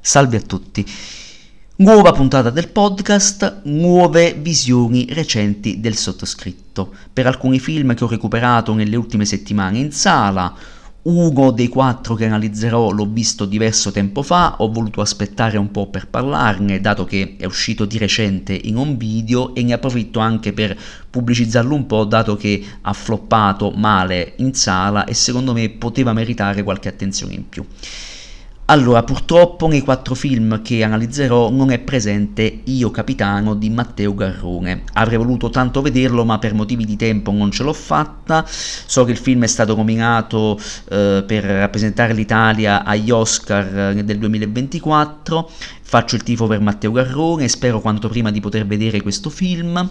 Salve a tutti. Nuova puntata del podcast, nuove visioni recenti del sottoscritto. Per alcuni film che ho recuperato nelle ultime settimane in sala, uno dei 4 che analizzerò l'ho visto diverso tempo fa, ho voluto aspettare un po' per parlarne, dato che è uscito di recente in un video, e ne approfitto anche per pubblicizzarlo un po', dato che ha floppato male in sala e secondo me poteva meritare qualche attenzione in più. Allora, purtroppo nei 4 film che analizzerò non è presente Io Capitano di Matteo Garrone. Avrei voluto tanto vederlo, ma per motivi di tempo non ce l'ho fatta. So che il film è stato nominato per rappresentare l'Italia agli Oscar del 2024. Faccio il tifo per Matteo Garrone e spero quanto prima di poter vedere questo film.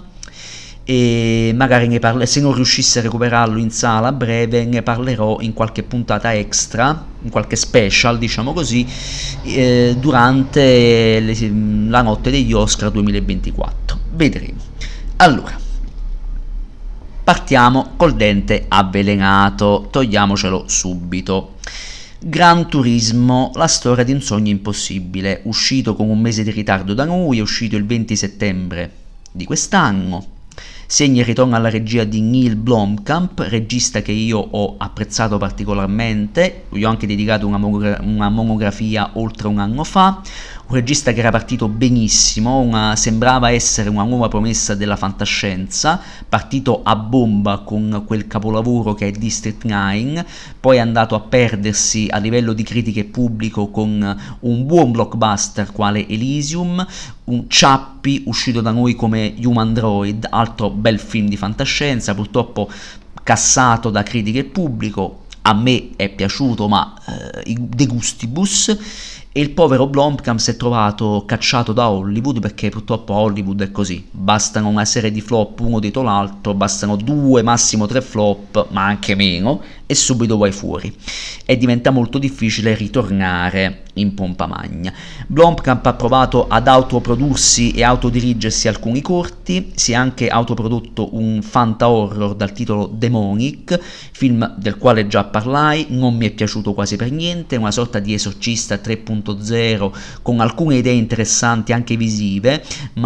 E magari se non riuscissi a recuperarlo in sala a breve, ne parlerò in qualche puntata extra, in qualche special, diciamo così, durante la notte degli Oscar 2024. Vedremo. Allora, partiamo col dente avvelenato, togliamocelo subito. Gran Turismo, la storia di un sogno impossibile, uscito con un mese di ritardo da noi, è uscito il 20 settembre di quest'anno. Segna il ritorno alla regia di Neil Blomkamp, regista che io ho apprezzato particolarmente, gli ho anche dedicato una monografia oltre un anno fa, un regista che era partito benissimo, sembrava essere una nuova promessa della fantascienza, partito a bomba con quel capolavoro che è District 9, poi è andato a perdersi a livello di critiche e pubblico con un buon blockbuster quale Elysium, un Ciappi uscito da noi come Human Droid, altro bel film di fantascienza, purtroppo cassato da critiche e pubblico. A me è piaciuto, ma de gustibus. E il povero Blomkamp si è trovato cacciato da Hollywood, perché purtroppo Hollywood è così, bastano una serie di flop uno dietro l'altro, bastano 2, massimo 3 flop, ma anche meno, e subito vai fuori, e diventa molto difficile ritornare in pompa magna. Blomkamp ha provato ad autoprodursi e autodirigersi alcuni corti, si è anche autoprodotto un fanta horror dal titolo Demonic, film del quale già parlai, non mi è piaciuto quasi per niente, una sorta di Esorcista 3.0 con alcune idee interessanti anche visive,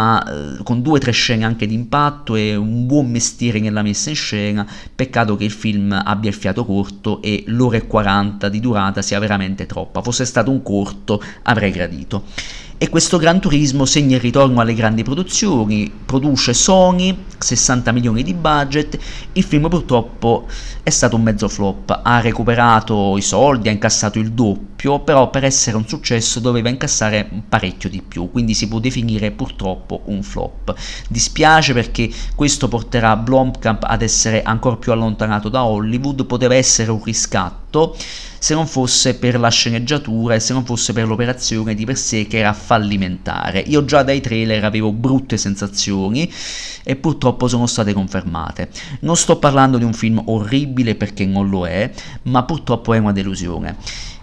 ma con 2 o 3 scene anche di impatto e un buon mestiere nella messa in scena. Peccato che il film abbia il fiato corto e l'ora e 40 di durata sia veramente troppa. Fosse stato un corto avrei gradito. E questo Gran Turismo segna il ritorno alle grandi produzioni, produce Sony, 60 milioni di budget, il film purtroppo è stato un mezzo flop, ha recuperato i soldi, ha incassato il doppio, però per essere un successo doveva incassare parecchio di più, quindi si può definire purtroppo un flop. Dispiace perché questo porterà Blomkamp ad essere ancora più allontanato da Hollywood, poteva essere un riscatto, se non fosse per la sceneggiatura e se non fosse per l'operazione di per sé che era fallimentare. Io già dai trailer avevo brutte sensazioni e purtroppo sono state confermate. Non sto parlando di un film orribile, perché non lo è, ma purtroppo è una delusione.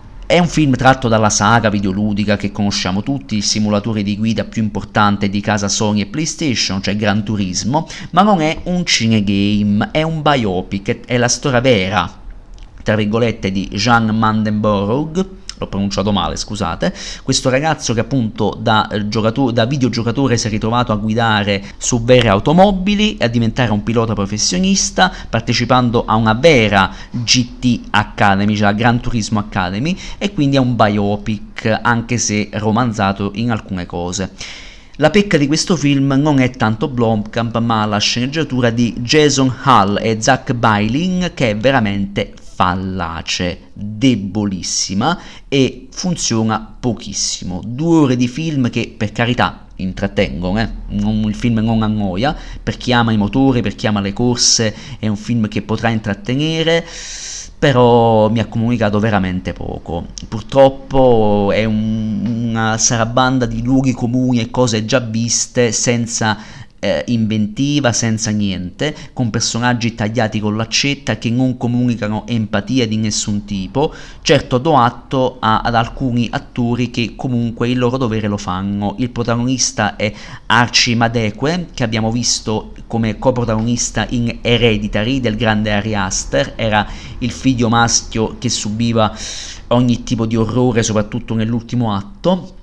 È un film tratto dalla saga videoludica che conosciamo tutti, il simulatore di guida più importante di casa Sony e PlayStation, cioè Gran Turismo, ma non è un cinegame, è un biopic, è la storia vera, tra virgolette, di Jean Mandenborg, l'ho pronunciato male, scusate, questo ragazzo che appunto da videogiocatore si è ritrovato a guidare su vere automobili e a diventare un pilota professionista, partecipando a una vera GT Academy, cioè la Gran Turismo Academy, e quindi è un biopic, anche se romanzato in alcune cose. La pecca di questo film non è tanto Blomkamp, ma la sceneggiatura di Jason Hall e Zach Bailing, che è veramente fallace, debolissima e funziona pochissimo. 2 ore di film che, per carità, intrattengono, il film non annoia, per chi ama i motori, per chi ama le corse è un film che potrà intrattenere, però mi ha comunicato veramente poco. Purtroppo è una sarabanda di luoghi comuni e cose già viste, senza inventiva, senza niente, con personaggi tagliati con l'accetta che non comunicano empatia di nessun tipo. Certo, do atto ad alcuni attori che comunque il loro dovere lo fanno. Il protagonista è Archie Madekwe, che abbiamo visto come coprotagonista in Hereditary del grande Ari Aster, era il figlio maschio che subiva ogni tipo di orrore, soprattutto nell'ultimo atto.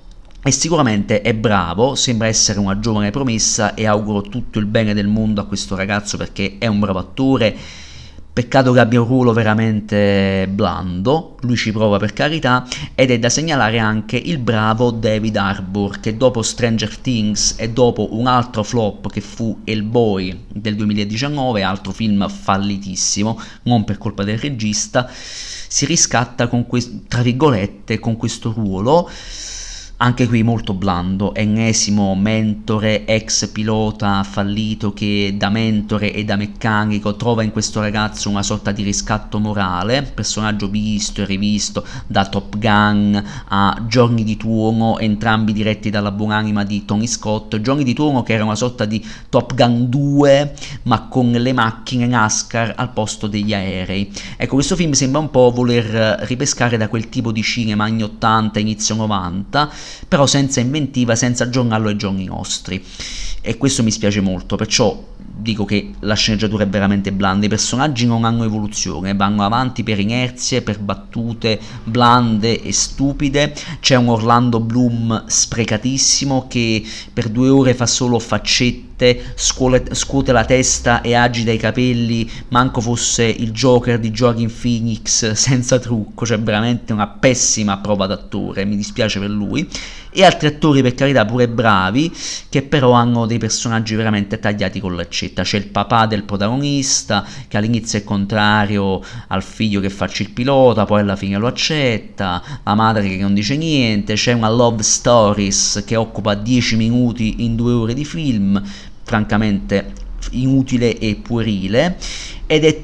e sicuramente è bravo, sembra essere una giovane promessa e auguro tutto il bene del mondo a questo ragazzo perché è un bravo attore. Peccato che abbia un ruolo veramente blando, lui ci prova per carità, ed è da segnalare anche il bravo David Harbour che dopo Stranger Things e dopo un altro flop che fu Hellboy del 2019, altro film fallitissimo, non per colpa del regista, si riscatta con tra virgolette con questo ruolo. Anche qui molto blando, ennesimo mentore, ex pilota fallito che da mentore e da meccanico trova in questo ragazzo una sorta di riscatto morale, personaggio visto e rivisto da Top Gun a Giorni di Turno, entrambi diretti dalla buonanima di Tony Scott. Giorni di Turno che era una sorta di Top Gun 2 ma con le macchine NASCAR al posto degli aerei. Ecco, questo film sembra un po' voler ripescare da quel tipo di cinema anni 80, inizio 90, però senza inventiva, senza giornalo ai giorni nostri, e questo mi spiace molto, perciò dico che la sceneggiatura è veramente blanda, i personaggi non hanno evoluzione, vanno avanti per inerzie, per battute blande e stupide. C'è un Orlando Bloom sprecatissimo che per 2 ore fa solo faccette, scuote la testa e agita i capelli, manco fosse il Joker di Joaquin Phoenix senza trucco, cioè veramente una pessima prova d'attore, mi dispiace per lui. E altri attori, per carità, pure bravi, che però hanno dei personaggi veramente tagliati con l'accetta. C'è il papà del protagonista che all'inizio è contrario al figlio che faccia il pilota, poi alla fine lo accetta, la madre che non dice niente, c'è una love stories che occupa 10 minuti in 2 ore di film, francamente inutile e puerile, ed è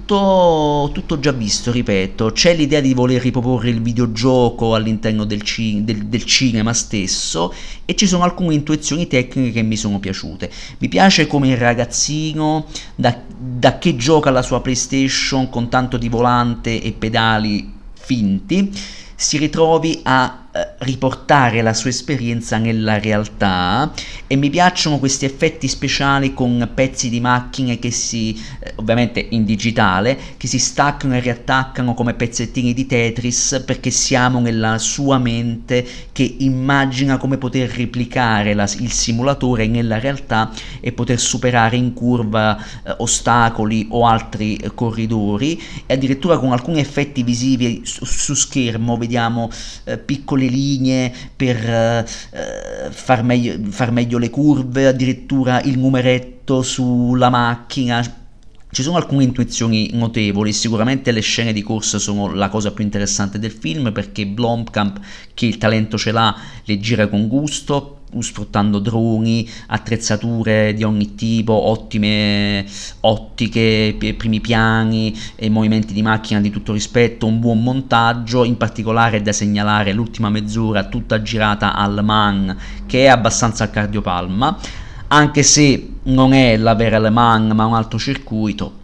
tutto già visto, ripeto. C'è l'idea di voler riproporre il videogioco all'interno del cinema stesso, e ci sono alcune intuizioni tecniche che mi sono piaciute. Mi piace come il ragazzino da che gioca alla sua PlayStation con tanto di volante e pedali finti si ritrovi a riportare la sua esperienza nella realtà, e mi piacciono questi effetti speciali con pezzi di macchine che ovviamente in digitale, che si staccano e riattaccano come pezzettini di Tetris, perché siamo nella sua mente che immagina come poter replicare il simulatore nella realtà e poter superare in curva ostacoli o altri corridori, e addirittura con alcuni effetti visivi su schermo vediamo piccole linee per far meglio le curve, addirittura il numeretto sulla macchina. Ci sono alcune intuizioni notevoli, sicuramente le scene di corsa sono la cosa più interessante del film, perché Blomkamp, che il talento ce l'ha, le gira con gusto, sfruttando droni, attrezzature di ogni tipo, ottime ottiche, primi piani e movimenti di macchina di tutto rispetto, un buon montaggio. In particolare è da segnalare l'ultima mezz'ora tutta girata al Man, che è abbastanza al cardiopalma, anche se non è la vera Le Mans ma un altro circuito.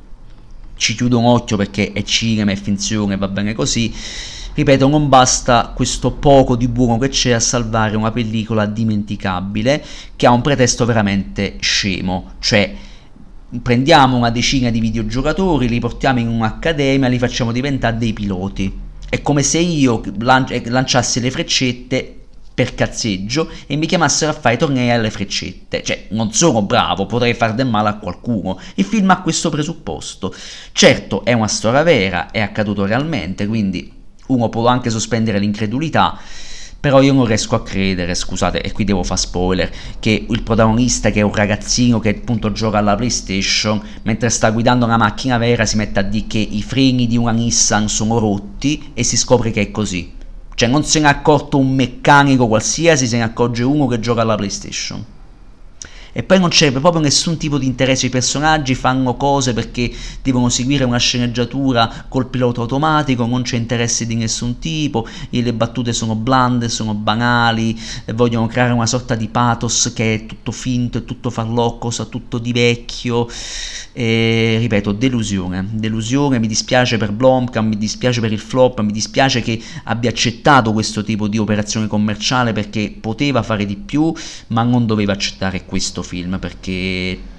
Ci chiudo un occhio perché è cinema, è finzione, va bene così. Ripeto, non basta questo poco di buono che c'è a salvare una pellicola dimenticabile che ha un pretesto veramente scemo, cioè prendiamo una decina di videogiocatori, li portiamo in un'accademia, li facciamo diventare dei piloti. È come se io lanciassi le freccette per cazzeggio e mi chiamassero a fare i tornei alle freccette. Cioè, non sono bravo, potrei far del male a qualcuno. Il film ha questo presupposto. Certo, è una storia vera, è accaduto realmente, quindi uno può anche sospendere l'incredulità, però io non riesco a credere, scusate, e qui devo fare spoiler, che il protagonista, che è un ragazzino che appunto gioca alla PlayStation, mentre sta guidando una macchina vera si mette a dire che i freni di una Nissan sono rotti e si scopre che è così. Cioè non se ne è accorto un meccanico qualsiasi, se ne accorge uno che gioca alla PlayStation. E poi non c'è proprio nessun tipo di interesse, i personaggi fanno cose perché devono seguire una sceneggiatura col pilota automatico, non c'è interesse di nessun tipo, e le battute sono blande, sono banali, vogliono creare una sorta di pathos che è tutto finto, è tutto farlocco, sa tutto di vecchio, e ripeto, delusione, mi dispiace per Blomkamp, mi dispiace per il flop, mi dispiace che abbia accettato questo tipo di operazione commerciale, perché poteva fare di più ma non doveva accettare questo film, perché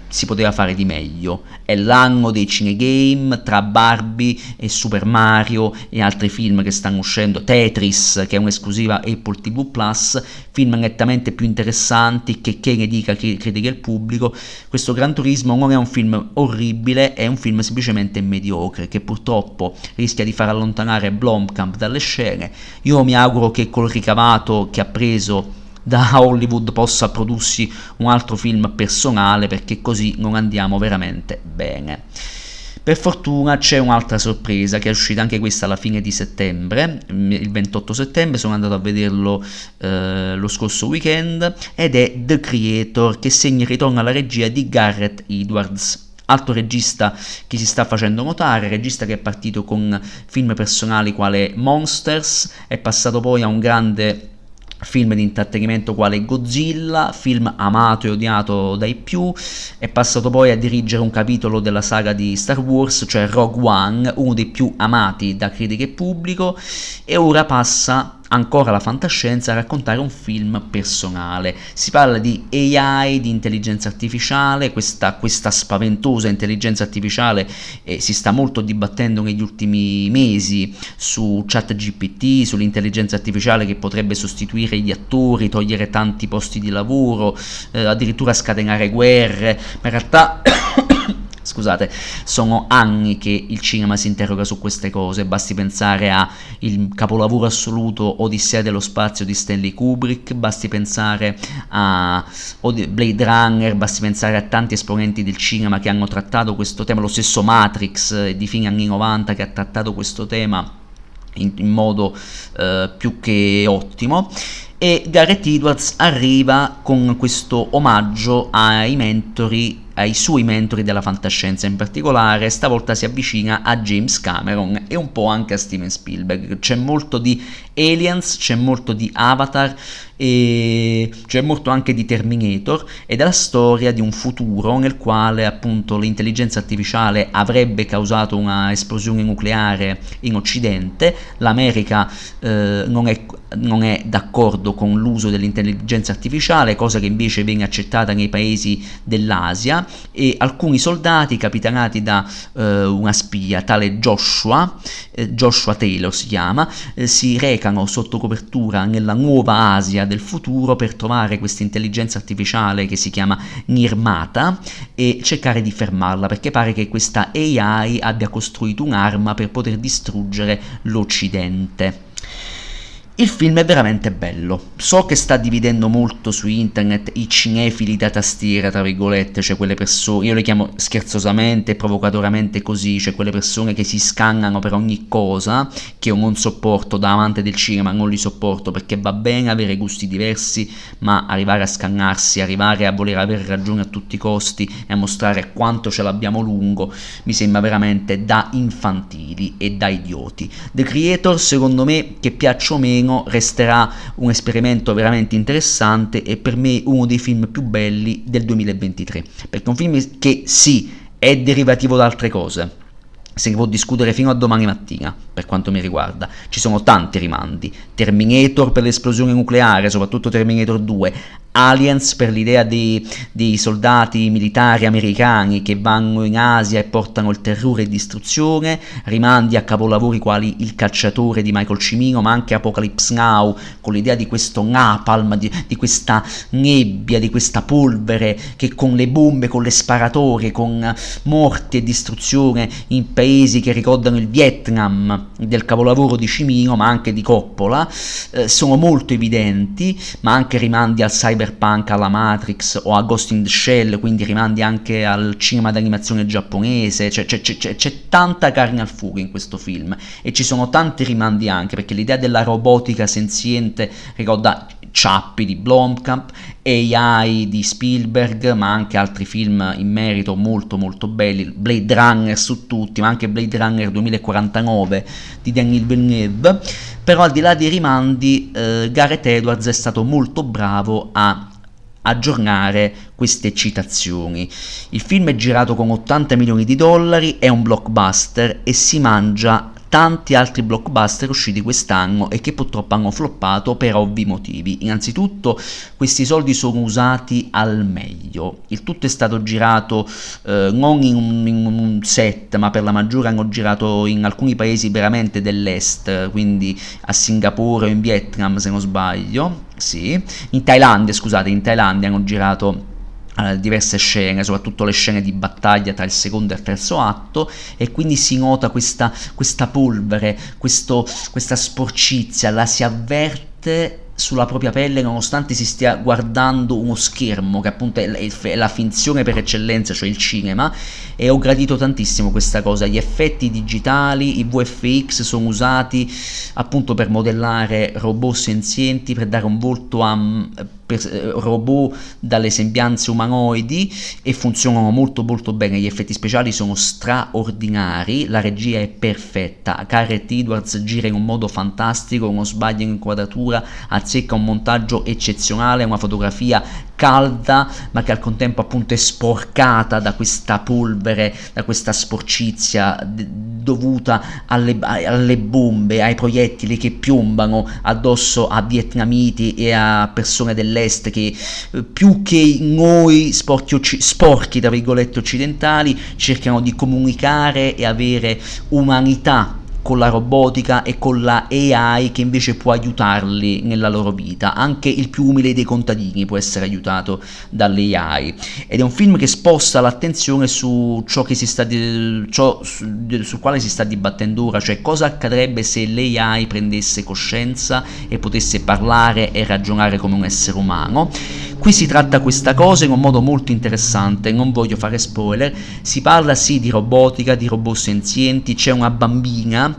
si poteva fare di meglio. È l'anno dei cinegame, tra Barbie e Super Mario e altri film che stanno uscendo, Tetris che è un'esclusiva Apple TV Plus, film nettamente più interessanti, che ne dica chi critica il pubblico. Questo Gran Turismo non è un film orribile, è un film semplicemente mediocre, che purtroppo rischia di far allontanare Blomkamp dalle scene. Io mi auguro che col ricavato che ha preso da Hollywood possa prodursi un altro film personale, perché così non andiamo veramente bene. Per fortuna c'è un'altra sorpresa che è uscita anche questa alla fine di settembre, il 28 settembre, sono andato a vederlo lo scorso weekend, ed è The Creator, che segna il ritorno alla regia di Gareth Edwards, altro regista che si sta facendo notare, regista che è partito con film personali quale Monsters, è passato poi a un grande film di intrattenimento quale Godzilla, film amato e odiato dai più, è passato poi a dirigere un capitolo della saga di Star Wars, cioè Rogue One, uno dei più amati da critica e pubblico, e ora passa ancora la fantascienza a raccontare un film personale. Si parla di AI, di intelligenza artificiale, questa spaventosa intelligenza artificiale si sta molto dibattendo negli ultimi mesi su ChatGPT, sull'intelligenza artificiale che potrebbe sostituire gli attori, togliere tanti posti di lavoro, addirittura scatenare guerre, ma in realtà scusate, sono anni che il cinema si interroga su queste cose, basti pensare a il capolavoro assoluto Odissea dello spazio di Stanley Kubrick, basti pensare a Blade Runner, basti pensare a tanti esponenti del cinema che hanno trattato questo tema, lo stesso Matrix di fine anni 90 che ha trattato questo tema in modo più che ottimo. E Gareth Edwards arriva con questo omaggio ai suoi mentori della fantascienza, in particolare stavolta si avvicina a James Cameron e un po' anche a Steven Spielberg. C'è molto di Aliens, c'è molto di Avatar e c'è molto anche di Terminator, ed è la storia di un futuro nel quale appunto l'intelligenza artificiale avrebbe causato una esplosione nucleare in Occidente. L'America non è d'accordo con l'uso dell'intelligenza artificiale, cosa che invece viene accettata nei paesi dell'Asia, e alcuni soldati capitanati da una spia tale Joshua Taylor si chiama, si recano sotto copertura nella nuova Asia del futuro per trovare questa intelligenza artificiale che si chiama Nirmata e cercare di fermarla, perché pare che questa AI abbia costruito un'arma per poter distruggere l'Occidente. Il film è veramente bello, so che sta dividendo molto su internet i cinefili da tastiera, tra virgolette, cioè quelle persone, io le chiamo scherzosamente e provocatoriamente così, cioè quelle persone che si scannano per ogni cosa, che io non sopporto, da amante del cinema non li sopporto, perché va bene avere gusti diversi, ma arrivare a scannarsi, arrivare a voler avere ragione a tutti i costi e a mostrare quanto ce l'abbiamo lungo, mi sembra veramente da infantili e da idioti. The Creator, secondo me, che piaccia o meno, resterà un esperimento veramente interessante e per me uno dei film più belli del 2023, perché è un film che sì, è derivativo da altre cose, se ne può discutere fino a domani mattina. Per quanto mi riguarda ci sono tanti rimandi: Terminator per l'esplosione nucleare, soprattutto Terminator 2, Aliens per l'idea dei soldati militari americani che vanno in Asia e portano il terrore e distruzione, rimandi a capolavori quali Il cacciatore di Michael Cimino, ma anche Apocalypse Now con l'idea di questo napalm, di questa nebbia, di questa polvere che con le bombe, con le sparatorie, con morti e distruzione in paesi che ricordano il Vietnam del capolavoro di Cimino, ma anche di Coppola, sono molto evidenti, ma anche rimandi al cyberpunk, alla Matrix o a Ghost in the Shell, quindi rimandi anche al cinema d'animazione giapponese. C'è tanta carne al fuoco in questo film e ci sono tanti rimandi anche perché l'idea della robotica senziente ricorda Ciappi di Blomkamp, AI di Spielberg, ma anche altri film in merito molto molto belli, Blade Runner su tutti, ma anche Blade Runner 2049 di Denis Villeneuve. Però al di là dei rimandi, Gareth Edwards è stato molto bravo a aggiornare queste citazioni. Il film è girato con $80 milioni, è un blockbuster e si mangia tanti altri blockbuster usciti quest'anno e che purtroppo hanno floppato per ovvi motivi. Innanzitutto questi soldi sono usati al meglio, il tutto è stato girato non in un set, ma per la maggiore hanno girato in alcuni paesi veramente dell'est, quindi a Singapore o in Vietnam se non sbaglio, sì, in Thailandia hanno girato diverse scene, soprattutto le scene di battaglia tra il secondo e il terzo atto, e quindi si nota questa polvere, questa sporcizia, la si avverte sulla propria pelle nonostante si stia guardando uno schermo che appunto è la finzione per eccellenza, cioè il cinema, e ho gradito tantissimo questa cosa. Gli effetti digitali, i VFX sono usati appunto per modellare robot senzienti, per dare un volto a robot dalle sembianze umanoidi, e funzionano molto molto bene. Gli effetti speciali sono straordinari, la regia è perfetta, Gareth Edwards gira in un modo fantastico, non sbaglia in inquadratura, azzecca un montaggio eccezionale, una fotografia calda ma che al contempo appunto è sporcata da questa polvere, da questa sporcizia dovuta alle bombe, ai proiettili che piombano addosso a vietnamiti e a persone dell'est che più che noi sporchi tra virgolette occidentali cercano di comunicare e avere umanità con la robotica e con la AI che invece può aiutarli nella loro vita. Anche il più umile dei contadini può essere aiutato dall'AI, ed è un film che sposta l'attenzione su ciò che su quale si sta dibattendo ora, cioè cosa accadrebbe se l'AI prendesse coscienza e potesse parlare e ragionare come un essere umano. Qui si tratta questa cosa in un modo molto interessante, non voglio fare spoiler, si parla sì di robotica, di robot senzienti, c'è una bambina,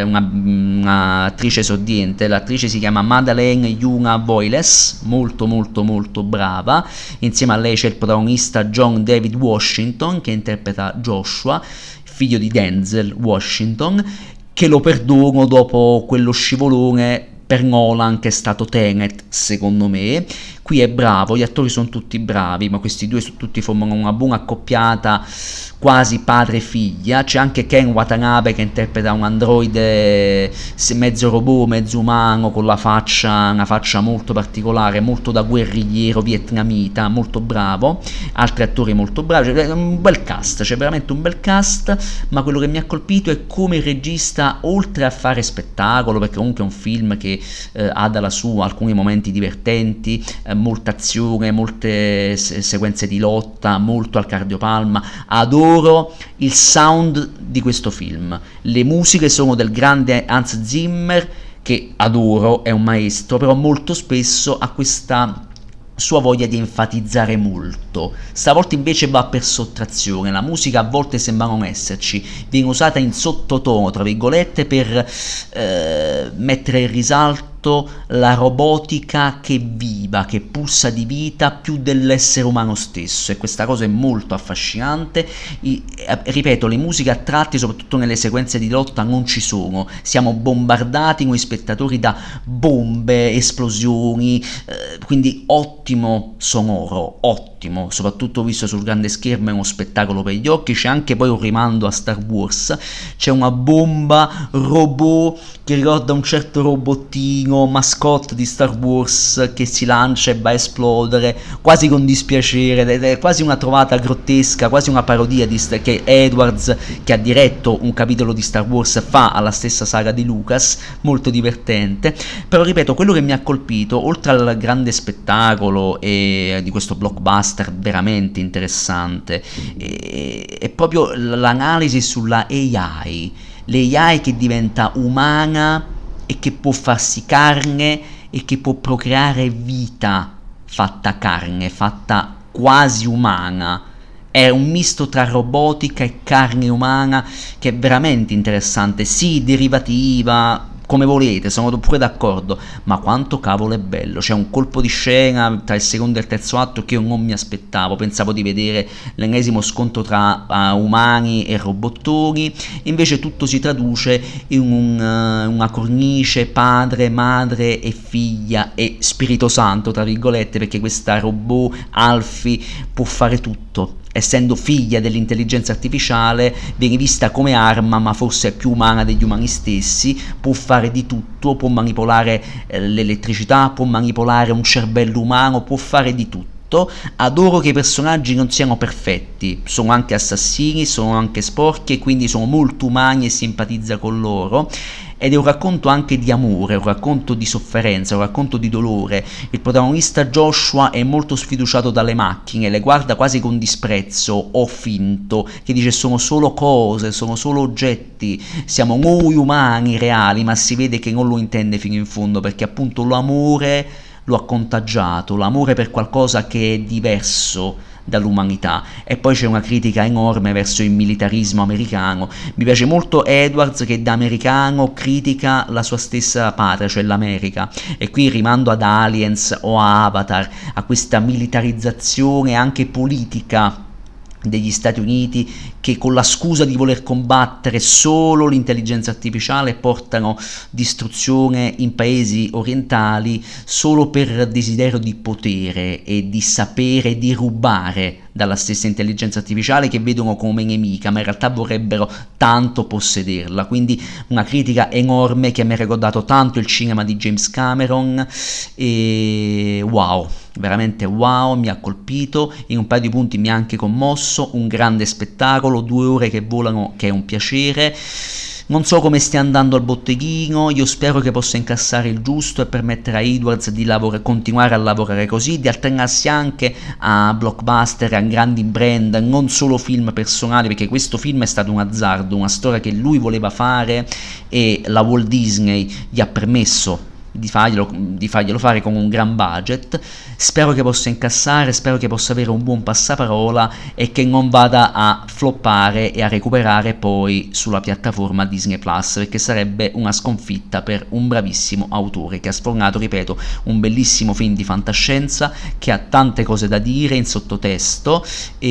un'attrice esordiente, l'attrice si chiama Madeleine Yuna Voiles, molto molto molto brava, insieme a lei c'è il protagonista John David Washington che interpreta Joshua, figlio di Denzel Washington, che lo perdono dopo quello scivolone per Nolan che è stato Tenet, secondo me. Qui è bravo, gli attori sono tutti bravi, ma questi due tutti formano una buona accoppiata, quasi padre e figlia. C'è anche Ken Watanabe che interpreta un androide mezzo robot, mezzo umano, con una faccia molto particolare, molto da guerrigliero vietnamita, molto bravo. Altri attori molto bravi, c'è un bel cast, c'è veramente un bel cast, ma quello che mi ha colpito è come il regista, oltre a fare spettacolo, perché comunque è un film che ha dalla sua alcuni momenti divertenti, molta azione, molte sequenze di lotta, molto al cardiopalma. Adoro il sound di questo film, le musiche sono del grande Hans Zimmer, che adoro, è un maestro, però molto spesso ha questa sua voglia di enfatizzare molto. Stavolta invece va per sottrazione, la musica a volte sembra non esserci, viene usata in sottotono tra virgolette per mettere in risalto la robotica che è viva, che pulsa di vita più dell'essere umano stesso, e questa cosa è molto affascinante. Ripeto, le musiche a tratti, soprattutto nelle sequenze di lotta, non ci sono, siamo bombardati noi spettatori da bombe, esplosioni, quindi ottimo sonoro, ottimo, soprattutto visto sul grande schermo è uno spettacolo per gli occhi. C'è anche poi un rimando a Star Wars, c'è una bomba robot che ricorda un certo robottino mascotte di Star Wars che si lancia e va a esplodere quasi con dispiacere, ed è quasi una trovata grottesca, quasi una parodia che Edwards, che ha diretto un capitolo di Star Wars, fa alla stessa saga di Lucas, molto divertente. Però ripeto, quello che mi ha colpito, oltre al grande spettacolo e di questo blockbuster veramente interessante, è proprio l'analisi sulla AI, l'AI che diventa umana e che può farsi carne e che può procreare vita fatta carne, fatta quasi umana. È un misto tra robotica e carne umana che è veramente interessante, sì, derivativa, come volete, sono pure d'accordo, ma quanto cavolo è bello. C'è un colpo di scena tra il secondo e il terzo atto che io non mi aspettavo, pensavo di vedere l'ennesimo scontro tra umani e robottoni, invece tutto si traduce in una cornice padre, madre e figlia e Spirito Santo tra virgolette, perché questa robot Alfie può fare tutto, tutto. Essendo figlia dell'intelligenza artificiale, viene vista come arma, ma forse è più umana degli umani stessi, può fare di tutto, può manipolare l'elettricità, può manipolare un cervello umano, può fare di tutto. Adoro che i personaggi non siano perfetti, sono anche assassini, sono anche sporchi e quindi sono molto umani e simpatizza con loro. Ed è un racconto anche di amore, un racconto di sofferenza, un racconto di dolore. Il protagonista Joshua è molto sfiduciato dalle macchine, le guarda quasi con disprezzo o finto, che dice sono solo cose, sono solo oggetti, siamo noi umani reali, ma si vede che non lo intende fino in fondo, perché appunto l'amore lo ha contagiato, l'amore per qualcosa che è diverso dall'umanità. E poi c'è una critica enorme verso il militarismo americano. Mi piace molto Edwards, che da americano critica la sua stessa patria, cioè l'America, e qui rimando ad Aliens o a Avatar, a questa militarizzazione anche politica degli Stati Uniti, che con la scusa di voler combattere solo l'intelligenza artificiale portano distruzione in paesi orientali solo per desiderio di potere e di sapere, di rubare dalla stessa intelligenza artificiale, che vedono come nemica, ma in realtà vorrebbero tanto possederla. Quindi una critica enorme che mi ha ricordato tanto il cinema di James Cameron, e wow, veramente wow, mi ha colpito, in un paio di punti mi ha anche commosso, un grande spettacolo, 2 ore che volano, che è un piacere. Non so come stia andando al botteghino, io spero che possa incassare il giusto e permettere a Edwards di continuare a lavorare così, di alternarsi anche a blockbuster, a grandi brand, non solo film personali, perché questo film è stato un azzardo, una storia che lui voleva fare e la Walt Disney gli ha permesso di farglielo fare con un gran budget. Spero che possa incassare, spero che possa avere un buon passaparola e che non vada a floppare e a recuperare poi sulla piattaforma Disney Plus, perché sarebbe una sconfitta per un bravissimo autore che ha sfornato, ripeto, un bellissimo film di fantascienza che ha tante cose da dire in sottotesto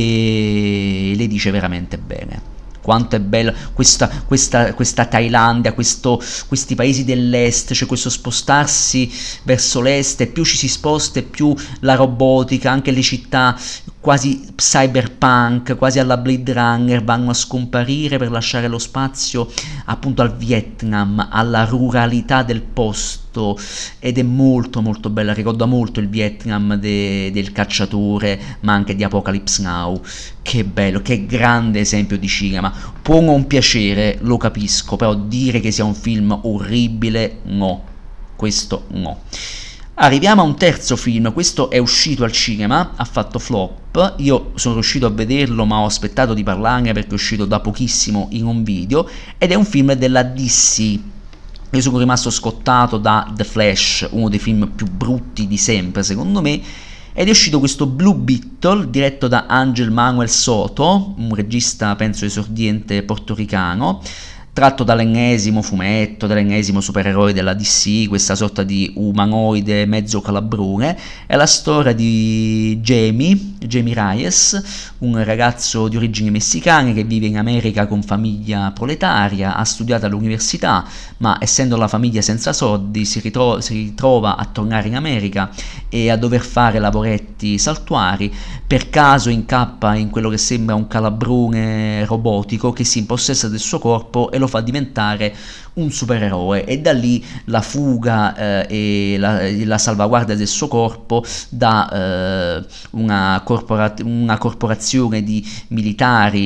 e le dice veramente bene. Quanto è bella questa Thailandia, questi paesi dell'est, cioè questo spostarsi verso l'est, e più ci si sposta e più la robotica, anche le città quasi cyberpunk, quasi alla Blade Runner, vanno a scomparire per lasciare lo spazio appunto al Vietnam, alla ruralità del posto, ed è molto molto bella, ricorda molto il Vietnam del cacciatore, ma anche di Apocalypse Now. Che bello, che grande esempio di cinema. Può non piacere, lo capisco, però dire che sia un film orribile, no, questo no. Arriviamo a un terzo film, questo è uscito al cinema, ha fatto flop, io sono riuscito a vederlo ma ho aspettato di parlarne perché è uscito da pochissimo in un video, ed è un film della DC. Io sono rimasto scottato da The Flash, uno dei film più brutti di sempre secondo me, ed è uscito questo Blue Beetle diretto da Ángel Manuel Soto, un regista penso esordiente portoricano, tratto dall'ennesimo fumetto, dall'ennesimo supereroe della DC, questa sorta di umanoide mezzo calabrone. È la storia di Jamie Reyes, un ragazzo di origini messicane che vive in America con famiglia proletaria, ha studiato all'università, ma essendo la famiglia senza soldi si ritrova a tornare in America e a dover fare lavoretti saltuari. Per caso incappa in quello che sembra un calabrone robotico che si impossessa del suo corpo e lo fa diventare un supereroe, e da lì la fuga e la salvaguardia del suo corpo da una corporazione di militari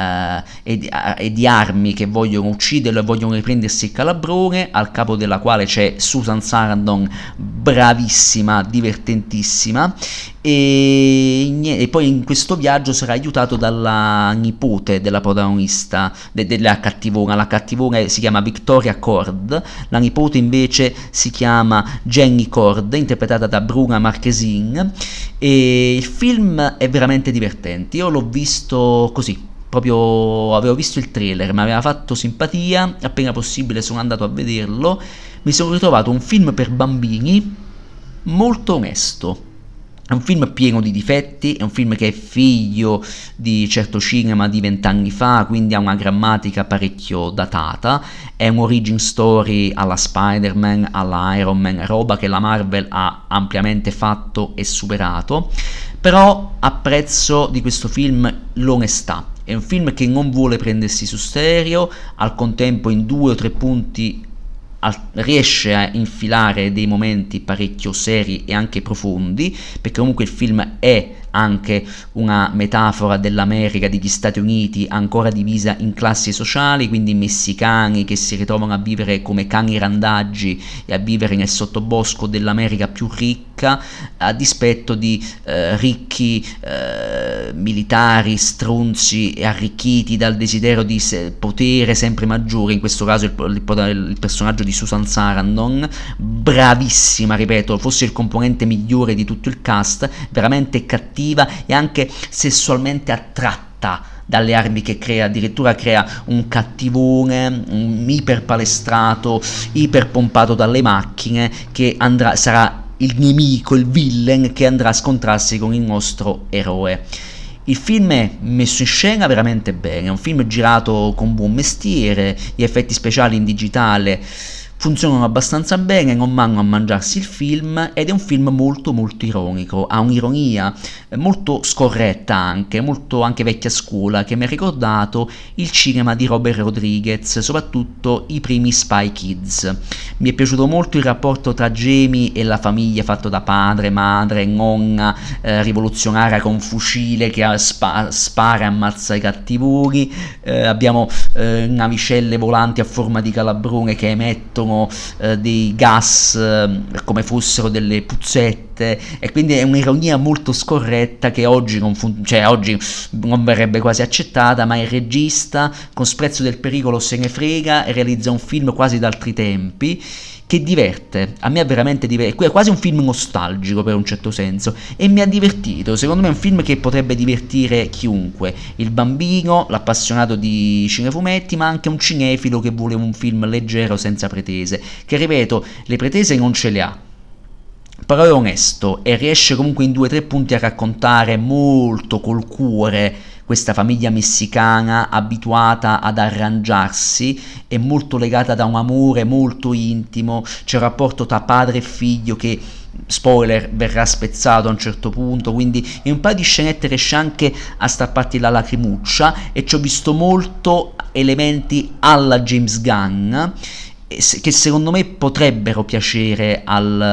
e di armi che vogliono ucciderlo e vogliono riprendersi il calabrone, al capo della quale c'è Susan Sarandon, bravissima, divertentissima, e poi in questo viaggio sarà aiutato dalla nipote della protagonista, della cattivona. La cattivona si chiama Victoria Cord, la nipote invece si chiama Jenny Cord, interpretata da Bruna Marquezine, e il film è veramente divertente. Io l'ho visto così, proprio avevo visto il trailer, mi aveva fatto simpatia, appena possibile sono andato a vederlo, mi sono ritrovato un film per bambini molto onesto. È un film pieno di difetti, è un film che è figlio di certo cinema di 20 anni fa, quindi ha una grammatica parecchio datata, è un origin story alla Spider-Man, alla Iron Man, roba che la Marvel ha ampiamente fatto e superato, però apprezzo di questo film l'onestà. È un film che non vuole prendersi sul serio, al contempo in 2 o 3 punti riesce a infilare dei momenti parecchio seri e anche profondi, perché comunque il film è anche una metafora dell'America, degli Stati Uniti ancora divisa in classi sociali, quindi messicani che si ritrovano a vivere come cani randaggi e a vivere nel sottobosco dell'America più ricca, a dispetto di ricchi militari, stronzi e arricchiti dal desiderio di potere sempre maggiore, in questo caso il personaggio di Susan Sarandon, bravissima, ripeto, forse il componente migliore di tutto il cast, veramente cattiva e anche sessualmente attratta dalle armi che crea, addirittura crea un cattivone, un iperpalestrato, iperpompato dalle macchine, che sarà il nemico, il villain che andrà a scontrarsi con il nostro eroe. Il film è messo in scena veramente bene, è un film girato con buon mestiere, gli effetti speciali in digitale funzionano abbastanza bene, non vanno a mangiarsi il film, ed è un film molto molto ironico, ha un'ironia molto scorretta anche, molto anche vecchia scuola, che mi ha ricordato il cinema di Robert Rodriguez, soprattutto i primi Spy Kids. Mi è piaciuto molto il rapporto tra Jamie e la famiglia fatto da padre, madre, nonna, rivoluzionaria con fucile che spara e ammazza i cattivoni, abbiamo navicelle volanti a forma di calabrone che emettono dei gas come fossero delle puzzette, e quindi è un'ironia molto scorretta che oggi oggi non verrebbe quasi accettata, ma il regista con sprezzo del pericolo se ne frega e realizza un film quasi d'altri tempi che diverte. A me è veramente è quasi un film nostalgico per un certo senso, e mi ha divertito. Secondo me è un film che potrebbe divertire chiunque, il bambino, l'appassionato di cinefumetti, ma anche un cinefilo che vuole un film leggero senza pretese, che ripeto, le pretese non ce le ha, però è onesto e riesce comunque in 2 o 3 punti a raccontare molto col cuore questa famiglia messicana abituata ad arrangiarsi e molto legata da un amore molto intimo. C'è un rapporto tra padre e figlio che, spoiler, verrà spezzato a un certo punto, quindi in un paio di scenette riesce anche a strapparti la lacrimuccia, e ci ho visto molto elementi alla James Gunn che secondo me potrebbero piacere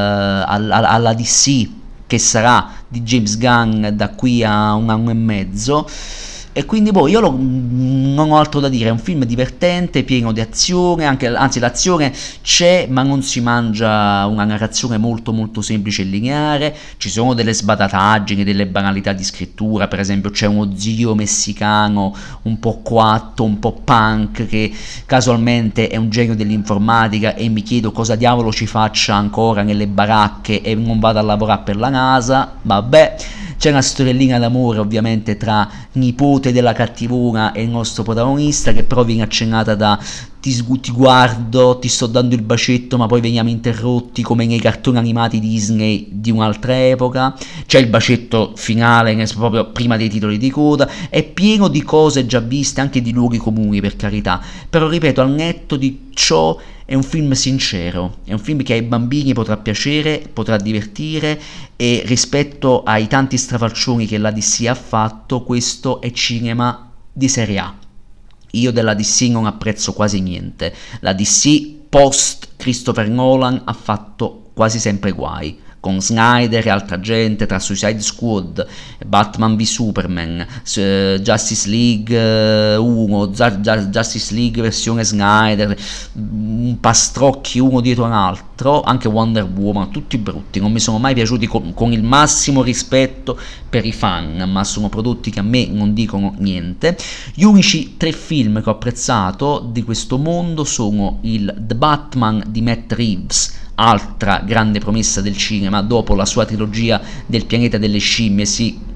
alla DC, che sarà di James Gunn da qui a un anno e mezzo. E quindi non ho altro da dire, è un film divertente, pieno di azione, anzi l'azione c'è, ma non si mangia una narrazione molto molto semplice e lineare. Ci sono delle sbadataggini, delle banalità di scrittura, per esempio c'è uno zio messicano un po' coatto, un po' punk, che casualmente è un genio dell'informatica, e mi chiedo cosa diavolo ci faccia ancora nelle baracche e non vada a lavorare per la NASA. Vabbè, c'è una storiellina d'amore ovviamente tra nipote della cattivona e il nostro protagonista, che però viene accennata da ti guardo, ti sto dando il bacetto, ma poi veniamo interrotti come nei cartoni animati Disney di un'altra epoca. C'è il bacetto finale proprio prima dei titoli di coda, è pieno di cose già viste, anche di luoghi comuni, per carità, però ripeto, al netto di ciò è un film sincero, è un film che ai bambini potrà piacere, potrà divertire, e rispetto ai tanti strafalcioni che la DC ha fatto, questo è cinema di serie A. Io della DC non apprezzo quasi niente. La DC post Christopher Nolan ha fatto quasi sempre guai, con Snyder e altra gente, tra Suicide Squad, Batman v Superman, Justice League 1, Justice League versione Snyder, un pastrocchi uno dietro un altro, anche Wonder Woman, tutti brutti, non mi sono mai piaciuti, con il massimo rispetto per i fan, ma sono prodotti che a me non dicono niente. Gli unici 3 film che ho apprezzato di questo mondo sono il The Batman di Matt Reeves, altra grande promessa del cinema dopo la sua trilogia del pianeta delle scimmie. Sì,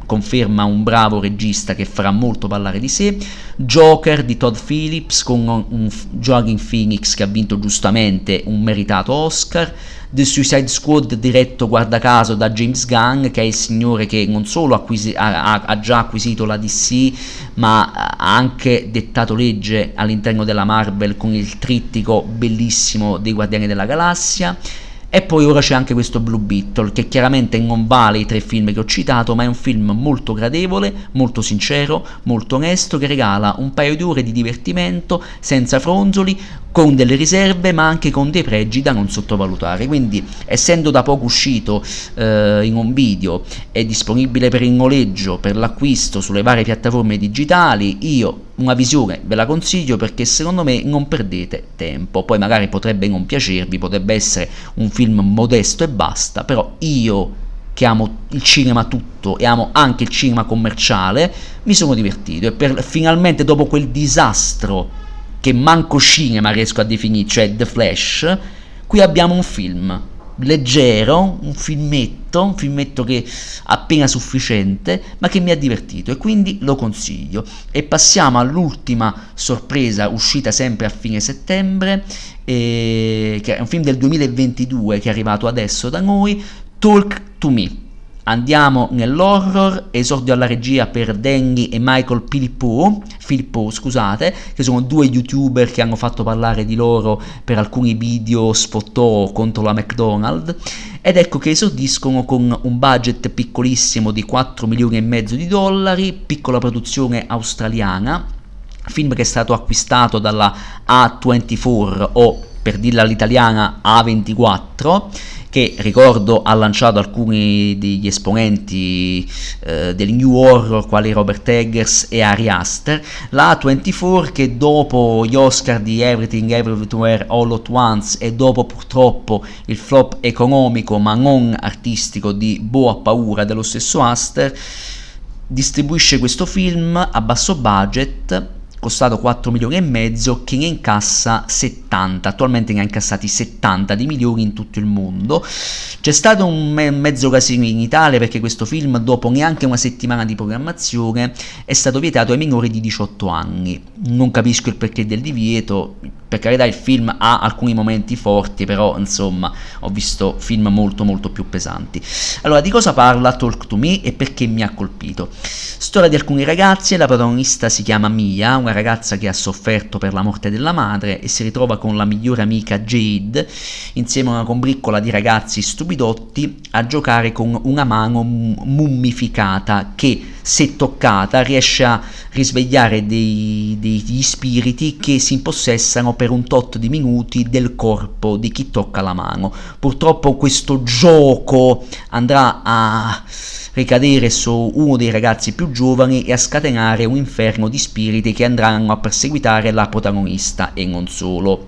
conferma un bravo regista che farà molto parlare di sé. Joker di Todd Phillips con un Joaquin Phoenix che ha vinto giustamente un meritato Oscar. The Suicide Squad diretto guarda caso da James Gunn, che è il signore che non solo ha già acquisito la DC, ma ha anche dettato legge all'interno della Marvel con il trittico bellissimo dei Guardiani della Galassia. E poi ora c'è anche questo Blue Beetle, che chiaramente non vale i 3 film che ho citato, ma è un film molto gradevole, molto sincero, molto onesto, che regala un paio di ore di divertimento, senza fronzoli, con delle riserve, ma anche con dei pregi da non sottovalutare. Quindi, essendo da poco uscito in un video, è disponibile per il noleggio, per l'acquisto sulle varie piattaforme digitali, io una visione ve la consiglio perché secondo me non perdete tempo. Poi magari potrebbe non piacervi, potrebbe essere un film modesto e basta, però io che amo il cinema tutto e amo anche il cinema commerciale mi sono divertito, e finalmente dopo quel disastro che manco cinema riesco a definire, cioè The Flash, qui abbiamo un film leggero, un filmetto che appena sufficiente, ma che mi ha divertito e quindi lo consiglio. E passiamo all'ultima sorpresa uscita sempre a fine settembre, che è un film del 2022 che è arrivato adesso da noi, Talk to Me. Andiamo nell'horror, esordio alla regia per Danny e Michael Philippou, scusate, che sono 2 youtuber che hanno fatto parlare di loro per alcuni video sfottò contro la McDonald's, ed ecco che esordiscono con un budget piccolissimo di 4 milioni e mezzo di dollari, piccola produzione australiana, film che è stato acquistato dalla A24 o, per dirla all'italiana, A24, che ricordo ha lanciato alcuni degli esponenti del New Horror quali Robert Eggers e Ari Aster. La A24 che dopo gli Oscar di Everything Everywhere All at Once e dopo purtroppo il flop economico ma non artistico di Boa Paura dello stesso Aster, distribuisce questo film a basso budget, costato 4 milioni e mezzo, che ne incassa 70, attualmente ne ha incassati 70 di milioni in tutto il mondo. C'è stato un mezzo casino in Italia perché questo film, dopo neanche una settimana di programmazione, è stato vietato ai minori di 18 anni. Non capisco il perché del divieto, per carità il film ha alcuni momenti forti, però insomma ho visto film molto molto più pesanti. Allora, di cosa parla Talk to Me e perché mi ha colpito? Storia di alcuni ragazzi, la protagonista si chiama Mia, una ragazza che ha sofferto per la morte della madre e si ritrova con la migliore amica Jade, insieme a una combriccola di ragazzi stupidotti, a giocare con una mano mummificata che, se toccata, riesce a risvegliare degli spiriti che si impossessano per un tot di minuti del corpo di chi tocca la mano. Purtroppo questo gioco andrà a ricadere su uno dei ragazzi più giovani e a scatenare un inferno di spiriti che andranno a perseguitare la protagonista e non solo.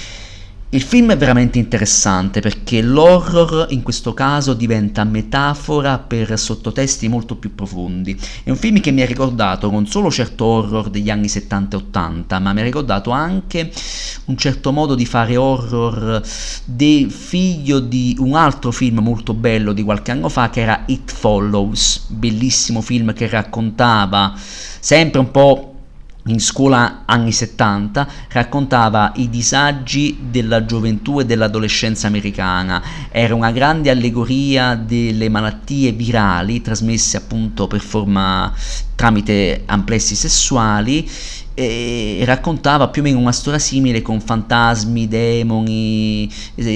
Il film è veramente interessante perché l'horror in questo caso diventa metafora per sottotesti molto più profondi. È un film che mi ha ricordato non solo certo horror degli anni 70 e 80, ma mi ha ricordato anche un certo modo di fare horror figlio di un altro film molto bello di qualche anno fa, che era It Follows, bellissimo film che raccontava, sempre un po' in scuola anni 70, raccontava i disagi della gioventù e dell'adolescenza americana. Era una grande allegoria delle malattie virali trasmesse appunto tramite amplessi sessuali, e raccontava più o meno una storia simile con fantasmi, demoni,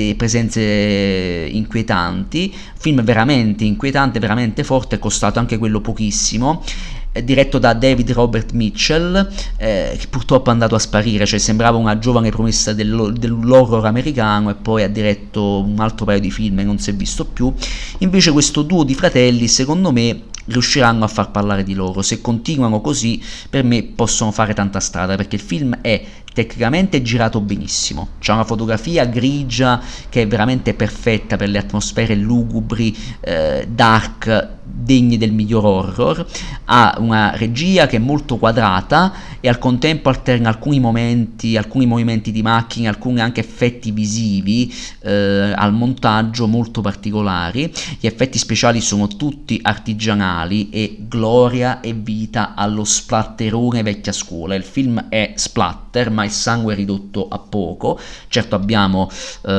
presenze inquietanti. Film veramente inquietante, veramente forte, è costato anche quello pochissimo, diretto da David Robert Mitchell, che purtroppo è andato a sparire, cioè sembrava una giovane promessa dell'horror americano, e poi ha diretto un altro paio di film e non si è visto più. Invece questo duo di fratelli, secondo me, riusciranno a far parlare di loro. Se continuano così, per me possono fare tanta strada, perché il film è tecnicamente girato benissimo, c'è una fotografia grigia che è veramente perfetta per le atmosfere lugubri, dark degni del miglior horror. Ha una regia che è molto quadrata e al contempo alterna alcuni movimenti di macchine, alcuni anche effetti visivi al montaggio molto particolari. Gli effetti speciali sono tutti artigianali e gloria e vita allo splatterone vecchia scuola. Il film è splatter, ma il sangue è ridotto a poco. Certo, abbiamo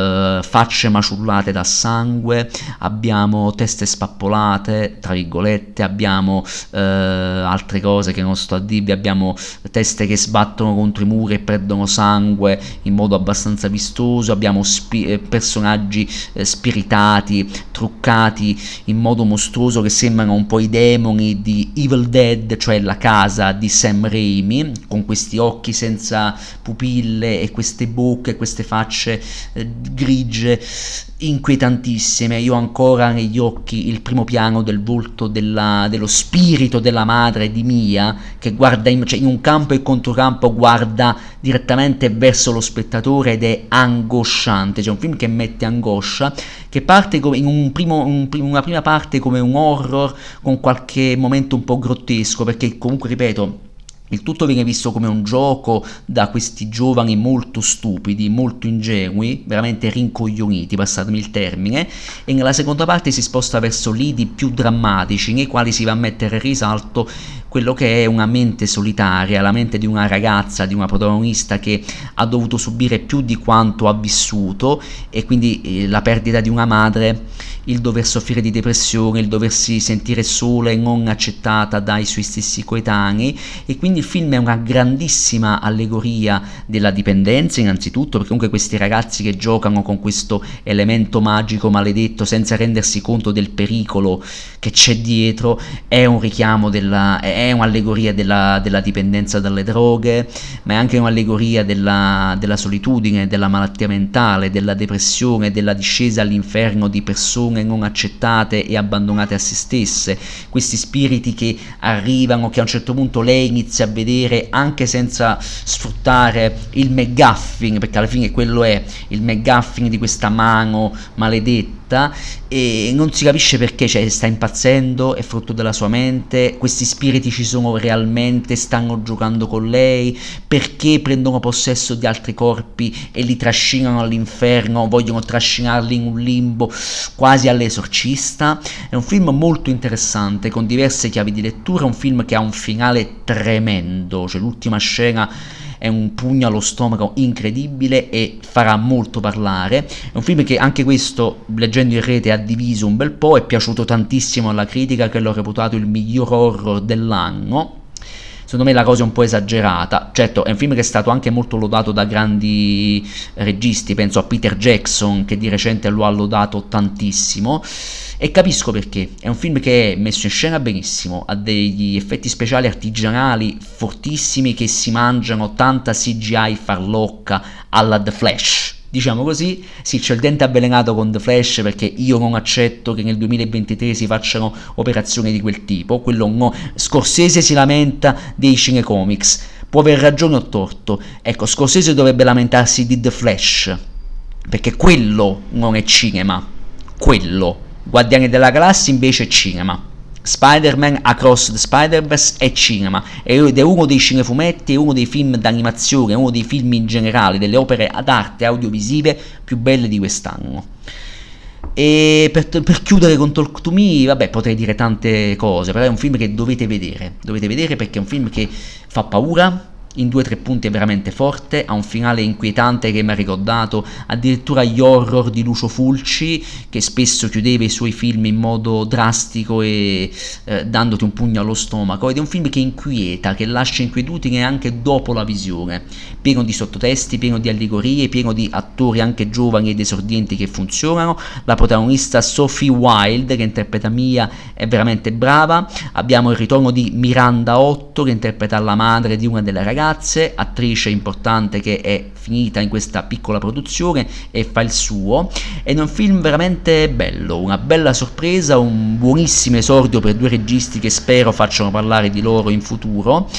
facce maciullate da sangue, abbiamo teste spappolate tra virgolette, abbiamo altre cose che non sto a dirvi, abbiamo teste che sbattono contro i muri e perdono sangue in modo abbastanza vistoso, abbiamo personaggi spiritati, truccati in modo mostruoso che sembrano un po' i demoni di Evil Dead, cioè la casa di Sam Raimi, con questi occhi senza pupille e queste bocche, queste facce grigie inquietantissime. Io ho ancora negli occhi il primo piano del volto dello spirito della madre di Mia, che guarda in un campo e controcampo, guarda direttamente verso lo spettatore ed è angosciante. C'è un film che mette angoscia, che parte come una prima parte come un horror con qualche momento un po' grottesco, perché comunque, ripeto, il tutto viene visto come un gioco da questi giovani molto stupidi, molto ingenui, veramente rincoglioniti, passatemi il termine, e nella seconda parte si sposta verso lidi più drammatici, nei quali si va a mettere in risalto quello che è una mente solitaria, la mente di una ragazza, di una protagonista che ha dovuto subire più di quanto ha vissuto, e quindi la perdita di una madre, il dover soffrire di depressione, il doversi sentire sola e non accettata dai suoi stessi coetanei. E quindi il film è una grandissima allegoria della dipendenza, innanzitutto, perché comunque questi ragazzi che giocano con questo elemento magico maledetto senza rendersi conto del pericolo che c'è dietro, è un richiamo è un'allegoria della dipendenza dalle droghe, ma è anche un'allegoria della solitudine, della malattia mentale, della depressione, della discesa all'inferno di persone non accettate e abbandonate a se stesse, questi spiriti che arrivano, che a un certo punto lei inizia a vedere anche senza sfruttare il McGuffin, perché alla fine quello è il McGuffin di questa mano maledetta, e non si capisce perché, cioè sta impazzendo, è frutto della sua mente, questi spiriti ci sono realmente, stanno giocando con lei, perché prendono possesso di altri corpi e li trascinano all'inferno, vogliono trascinarli in un limbo quasi all'esorcista. È un film molto interessante con diverse chiavi di lettura, un film che ha un finale tremendo, cioè l'ultima scena è un pugno allo stomaco incredibile e farà molto parlare. È un film che anche questo, leggendo in rete, ha diviso un bel po', è piaciuto tantissimo alla critica, che l'ho reputato il miglior horror dell'anno. Secondo me la cosa è un po' esagerata. Certo, è un film che è stato anche molto lodato da grandi registi, penso a Peter Jackson, che di recente lo ha lodato tantissimo, e capisco perché. È un film che è messo in scena benissimo, ha degli effetti speciali artigianali fortissimi che si mangiano tanta CGI farlocca alla The Flash, diciamo così. Sì, c'è il dente avvelenato con The Flash, perché io non accetto che nel 2023 si facciano operazioni di quel tipo, quello no. Scorsese si lamenta dei cinecomics, può aver ragione o torto, ecco, Scorsese dovrebbe lamentarsi di The Flash, perché quello non è cinema, quello. Guardiani della Galassia invece è cinema. Spider-Man Across the Spider-Verse è cinema, ed è uno dei cinefumetti, è uno dei film d'animazione, è uno dei film in generale, delle opere d'arte audiovisive più belle di quest'anno. E per chiudere con Talk to Me, vabbè, potrei dire tante cose, però è un film che dovete vedere perché è un film che fa paura, in 2 o 3 punti è veramente forte, ha un finale inquietante che mi ha ricordato addirittura gli horror di Lucio Fulci, che spesso chiudeva i suoi film in modo drastico e dandoti un pugno allo stomaco, ed è un film che inquieta, che lascia inquietudine anche dopo la visione, pieno di sottotesti, pieno di allegorie, pieno di attori anche giovani ed esordienti che funzionano. La protagonista Sophie Wilde, che interpreta Mia, è veramente brava. Abbiamo il ritorno di Miranda Otto, che interpreta la madre di una delle ragazze, attrice importante che è finita in questa piccola produzione e fa il suo. Ed è un film veramente bello, una bella sorpresa, un buonissimo esordio per 2 registi che spero facciano parlare di loro in futuro.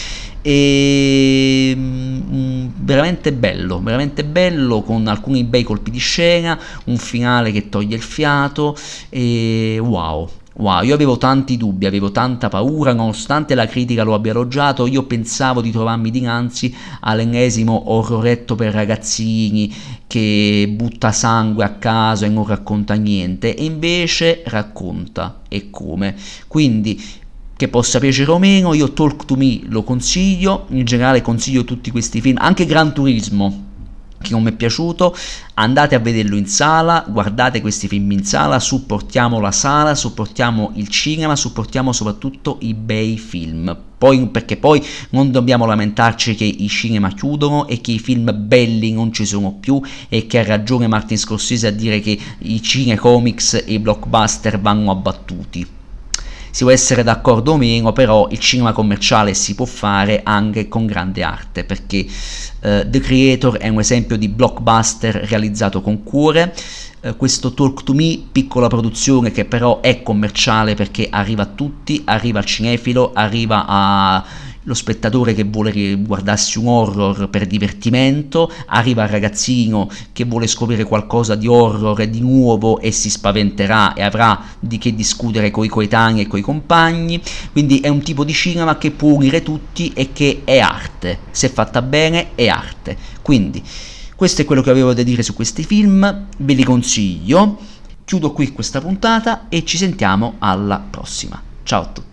E veramente bello, con alcuni bei colpi di scena, un finale che toglie il fiato, e wow, Wow, io avevo tanti dubbi, avevo tanta paura, nonostante la critica lo abbia elogiato, io pensavo di trovarmi dinanzi all'ennesimo orroretto per ragazzini che butta sangue a caso e non racconta niente, e invece racconta, e come. Quindi, che possa piacere o meno, io Talk to Me lo consiglio, in generale consiglio tutti questi film, anche Gran Turismo, che non mi è piaciuto, andate a vederlo in sala, guardate questi film in sala, supportiamo la sala, supportiamo il cinema, supportiamo soprattutto i bei film. Poi, perché poi non dobbiamo lamentarci che i cinema chiudono e che i film belli non ci sono più, e che ha ragione Martin Scorsese a dire che i cinecomics e i blockbuster vanno abbattuti. Si può essere d'accordo o meno, però il cinema commerciale si può fare anche con grande arte, perché The Creator è un esempio di blockbuster realizzato con cuore. Questo Talk to Me, piccola produzione che però è commerciale perché arriva a tutti, arriva al cinefilo, arriva allo spettatore che vuole guardarsi un horror per divertimento, arriva al ragazzino che vuole scoprire qualcosa di horror e di nuovo e si spaventerà e avrà di che discutere coi coetanei e coi compagni. Quindi è un tipo di cinema che può unire tutti e che è arte, se fatta bene è arte. Quindi questo è quello che avevo da dire su questi film, ve li consiglio. Chiudo qui questa puntata e ci sentiamo alla prossima. Ciao a tutti.